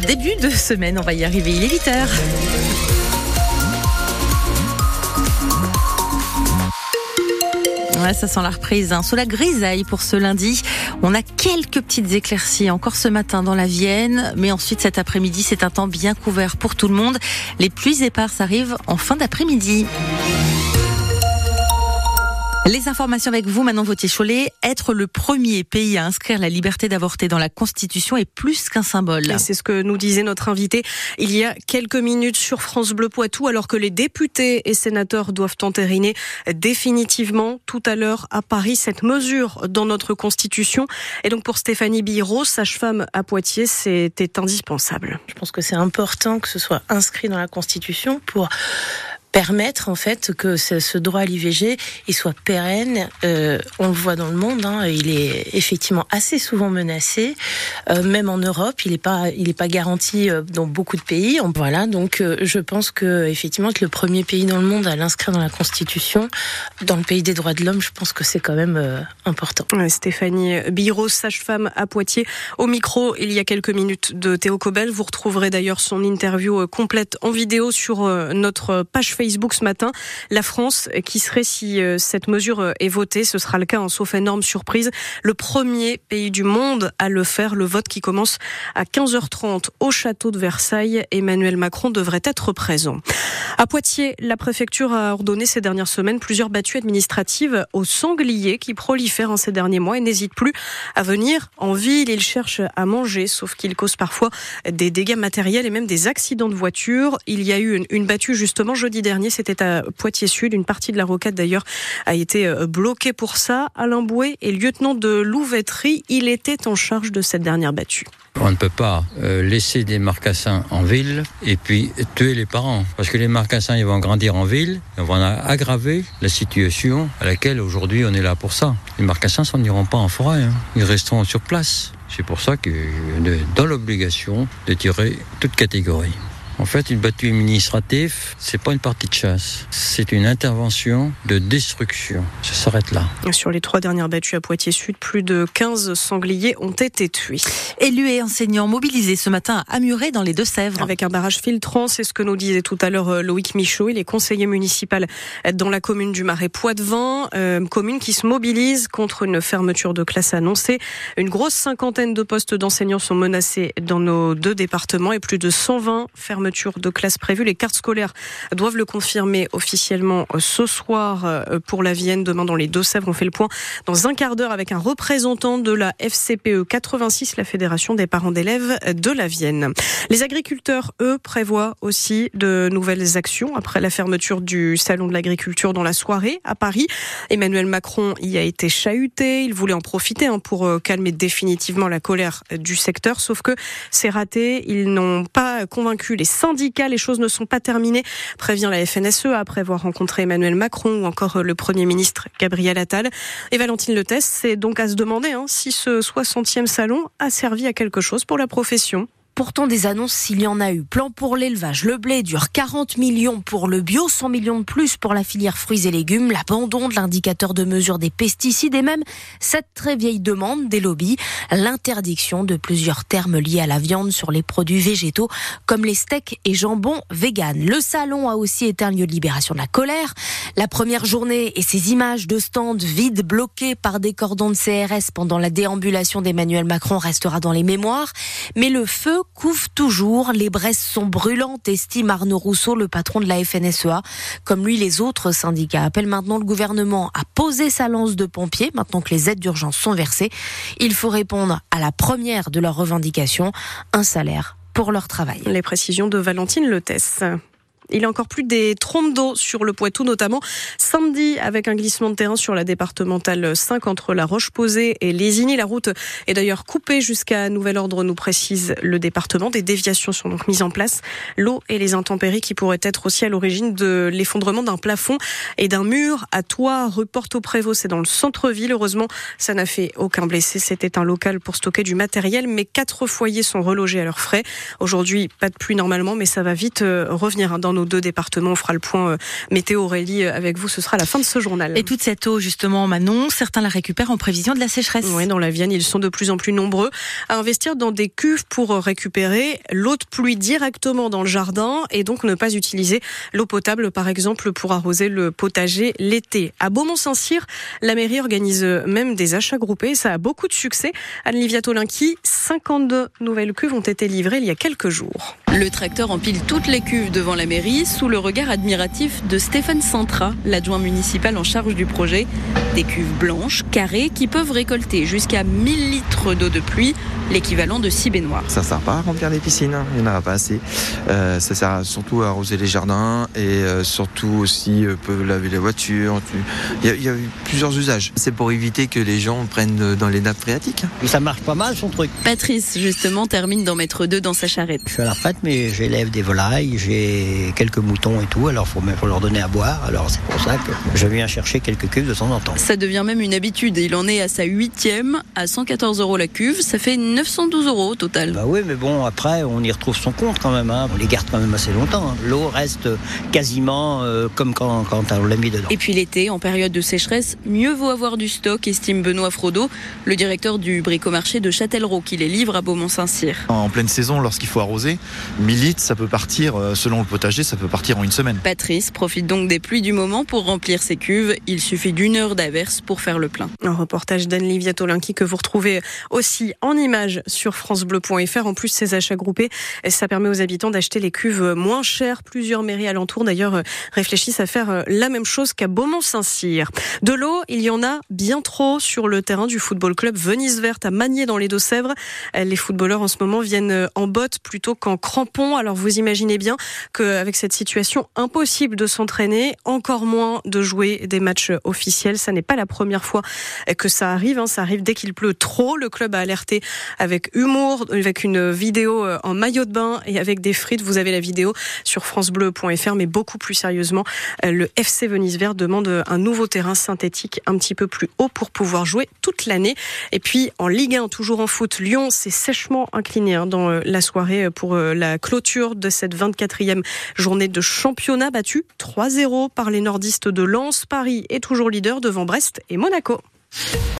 début de semaine. On va y arriver, il est 8h. Ouais, ça sent la reprise. Sous la grisaille pour ce lundi, on a quelques petites éclaircies encore ce matin dans la Vienne, mais ensuite cet après-midi, c'est un temps bien couvert pour tout le monde. Les pluies éparses arrivent en fin d'après-midi. Les informations avec vous, Manon Vauthier-Cholet. Être le premier pays à inscrire la liberté d'avorter dans la Constitution est plus qu'un symbole. Et c'est ce que nous disait notre invité il y a quelques minutes sur France Bleu Poitou, alors que les députés et sénateurs doivent entériner définitivement tout à l'heure à Paris cette mesure dans notre Constitution. Et donc pour Stéphanie Biro, sage-femme à Poitiers, c'était indispensable. Je pense que c'est important que ce soit inscrit dans la Constitution pour permettre en fait que ce droit à l'IVG il soit pérenne. On le voit dans le monde, il est effectivement assez souvent menacé, même en Europe, il est pas garanti dans beaucoup de pays. Voilà, donc je pense que effectivement être le premier pays dans le monde à l'inscrire dans la Constitution, dans le pays des droits de l'homme, je pense que c'est quand même important. Ouais, Stéphanie Biro, sage-femme à Poitiers, au micro il y a quelques minutes de Théo Cobel. Vous retrouverez d'ailleurs son interview complète en vidéo sur notre page Facebook ce matin. La France qui serait, si cette mesure est votée, ce sera le cas, sauf énorme surprise, le premier pays du monde à le faire. Le vote qui commence à 15h30 au château de Versailles. Emmanuel Macron devrait être présent. À Poitiers, la préfecture a ordonné ces dernières semaines plusieurs battues administratives aux sangliers qui prolifèrent ces derniers mois et n'hésitent plus à venir en ville. Ils cherchent à manger, sauf qu'ils causent parfois des dégâts matériels et même des accidents de voiture. Il y a eu une battue justement jeudi dernier, c'était à Poitiers-Sud. Une partie de la rocade d'ailleurs a été bloquée pour ça. Alain Bouet est lieutenant de louveterie. Il était en charge de cette dernière battue. On ne peut pas laisser des marcassins en ville et puis tuer les parents. Parce que les marcassins, ils vont grandir en ville et on va aggraver la situation à laquelle aujourd'hui on est là pour ça. Les marcassins s'en iront pas en forêt, ils resteront sur place. C'est pour ça qu'on est dans l'obligation de tirer toute catégorie. En fait, une battue administrative, c'est pas une partie de chasse. C'est une intervention de destruction. Ça s'arrête là. Sur les 3 dernières battues à Poitiers-Sud, plus de 15 sangliers ont été tués. Élus et enseignants mobilisés ce matin à Muret dans les Deux-Sèvres. Avec un barrage filtrant, c'est ce que nous disait tout à l'heure Loïc Michaud. Il est conseiller municipal dans la commune du Marais-Poitevin, commune qui se mobilise contre une fermeture de classe annoncée. Une grosse cinquantaine de postes d'enseignants sont menacés dans nos 2 départements et plus de 120 fermetures de classe prévues. Les cartes scolaires doivent le confirmer officiellement ce soir pour la Vienne. Demain, dans les Deux-Sèvres, on fait le point dans un quart d'heure avec un représentant de la FCPE 86, la Fédération des parents d'élèves de la Vienne. Les agriculteurs, eux, prévoient aussi de nouvelles actions après la fermeture du Salon de l'Agriculture dans la soirée à Paris. Emmanuel Macron y a été chahuté. Il voulait en profiter pour calmer définitivement la colère du secteur. Sauf que c'est raté. Ils n'ont pas convaincu les syndicats. Les choses ne sont pas terminées, prévient la FNSEA après avoir rencontré Emmanuel Macron ou encore le Premier ministre Gabriel Attal. Et Valentine Lethès, c'est donc à se demander si ce 60e salon a servi à quelque chose pour la profession. Pourtant, des annonces, s'il y en a eu. Plan pour l'élevage, le blé dur, 40 millions pour le bio, 100 millions de plus pour la filière fruits et légumes, l'abandon de l'indicateur de mesure des pesticides et même cette très vieille demande des lobbies, l'interdiction de plusieurs termes liés à la viande sur les produits végétaux comme les steaks et jambons vegan. Le salon a aussi été un lieu de libération de la colère. La première journée et ces images de stands vides bloqués par des cordons de CRS pendant la déambulation d'Emmanuel Macron restera dans les mémoires. Mais le feu couvre toujours, les braises sont brûlantes, estime Arnaud Rousseau, le patron de la FNSEA. Comme lui, les autres syndicats appellent maintenant le gouvernement à poser sa lance de pompier, maintenant que les aides d'urgence sont versées. Il faut répondre à la première de leurs revendications, un salaire pour leur travail. Les précisions de Valentine Lethès. Il y a encore plus des trompes d'eau sur le Poitou, notamment samedi avec un glissement de terrain sur la départementale 5 entre la Roche-Posay et Lézigny. La route est d'ailleurs coupée jusqu'à nouvel ordre, nous précise le département. Des déviations sont donc mises en place. L'eau et les intempéries qui pourraient être aussi à l'origine de l'effondrement d'un plafond et d'un mur à toit rue Porto-Prévost. C'est dans le centre-ville. Heureusement, ça n'a fait aucun blessé. C'était un local pour stocker du matériel, mais 4 foyers sont relogés à leurs frais. Aujourd'hui, pas de pluie normalement, mais ça va vite revenir dans nos 2 départements. On fera le point météo Aurélie avec vous. Ce sera à la fin de ce journal. Et toute cette eau, justement, Manon, certains la récupèrent en prévision de la sécheresse. Oui, dans la Vienne, ils sont de plus en plus nombreux à investir dans des cuves pour récupérer l'eau de pluie directement dans le jardin et donc ne pas utiliser l'eau potable, par exemple, pour arroser le potager l'été. À Beaumont-Saint-Cyr, la mairie organise même des achats groupés. Ça a beaucoup de succès. Anne-Livia Tolinki, 52 nouvelles cuves ont été livrées il y a quelques jours. Le tracteur empile toutes les cuves devant la mairie sous le regard admiratif de Stéphane Centra, l'adjoint municipal en charge du projet. Des cuves blanches, carrées, qui peuvent récolter jusqu'à 1000 litres d'eau de pluie, l'équivalent de 6 baignoires. Ça ne sert pas à remplir les piscines, il n'y en aura pas assez. Ça sert surtout à arroser les jardins et surtout aussi peut laver les voitures. Il y a eu plusieurs usages. C'est pour éviter que les gens prennent dans les nappes phréatiques. Ça marche pas mal son truc. Patrice, justement, termine d'en mettre 2 dans sa charrette. Je suis à la retraite, mais j'élève des volailles, j'ai quelques moutons et tout, alors faut leur donner à boire. Alors c'est pour ça que je viens chercher quelques cuves de temps en temps. Ça devient même une habitude. Il en est à sa 8e, à 114 € la cuve. Ça fait 912 € au total. Bah oui, mais bon, après, on y retrouve son compte quand même. On les garde quand même assez longtemps. L'eau reste quasiment comme quand on l'a mis dedans. Et puis l'été, en période de sécheresse, mieux vaut avoir du stock, estime Benoît Frodeau, le directeur du bricomarché de Châtellerault, qui les livre à Beaumont-Saint-Cyr. En pleine saison, lorsqu'il faut arroser, 1000 litres, ça peut partir, selon le potager, ça peut partir en une semaine. Patrice profite donc des pluies du moment pour remplir ses cuves. Il suffit d'1 heure d'averse pour faire le plein. Un reportage d'Anne-Livia Tolinki que vous retrouvez aussi en images sur francebleu.fr. En plus, ces achats groupés, ça permet aux habitants d'acheter les cuves moins chères. Plusieurs mairies alentours, d'ailleurs, réfléchissent à faire la même chose qu'à Beaumont-Saint-Cyr. De l'eau, il y en a bien trop sur le terrain du football club Venise Verte à Magnier dans les Deux-Sèvres. Les footballeurs en ce moment viennent en bottes plutôt qu'en crampons. Alors vous imaginez bien qu'avec cette situation, impossible de s'entraîner, encore moins de jouer des matchs officiels. Ça n'est pas la première fois que ça arrive. Ça arrive dès qu'il pleut trop. Le club a alerté avec humour, avec une vidéo en maillot de bain et avec des frites. Vous avez la vidéo sur francebleu.fr, mais beaucoup plus sérieusement, le FC Venise Verte demande un nouveau terrain synthétique un petit peu plus haut pour pouvoir jouer toute l'année. Et puis en Ligue 1, toujours en foot, Lyon s'est sèchement incliné dans la soirée pour la clôture de cette 24e journée de championnat, battu 3-0 par les nordistes de Lens. Paris est toujours leader devant Brest et Monaco.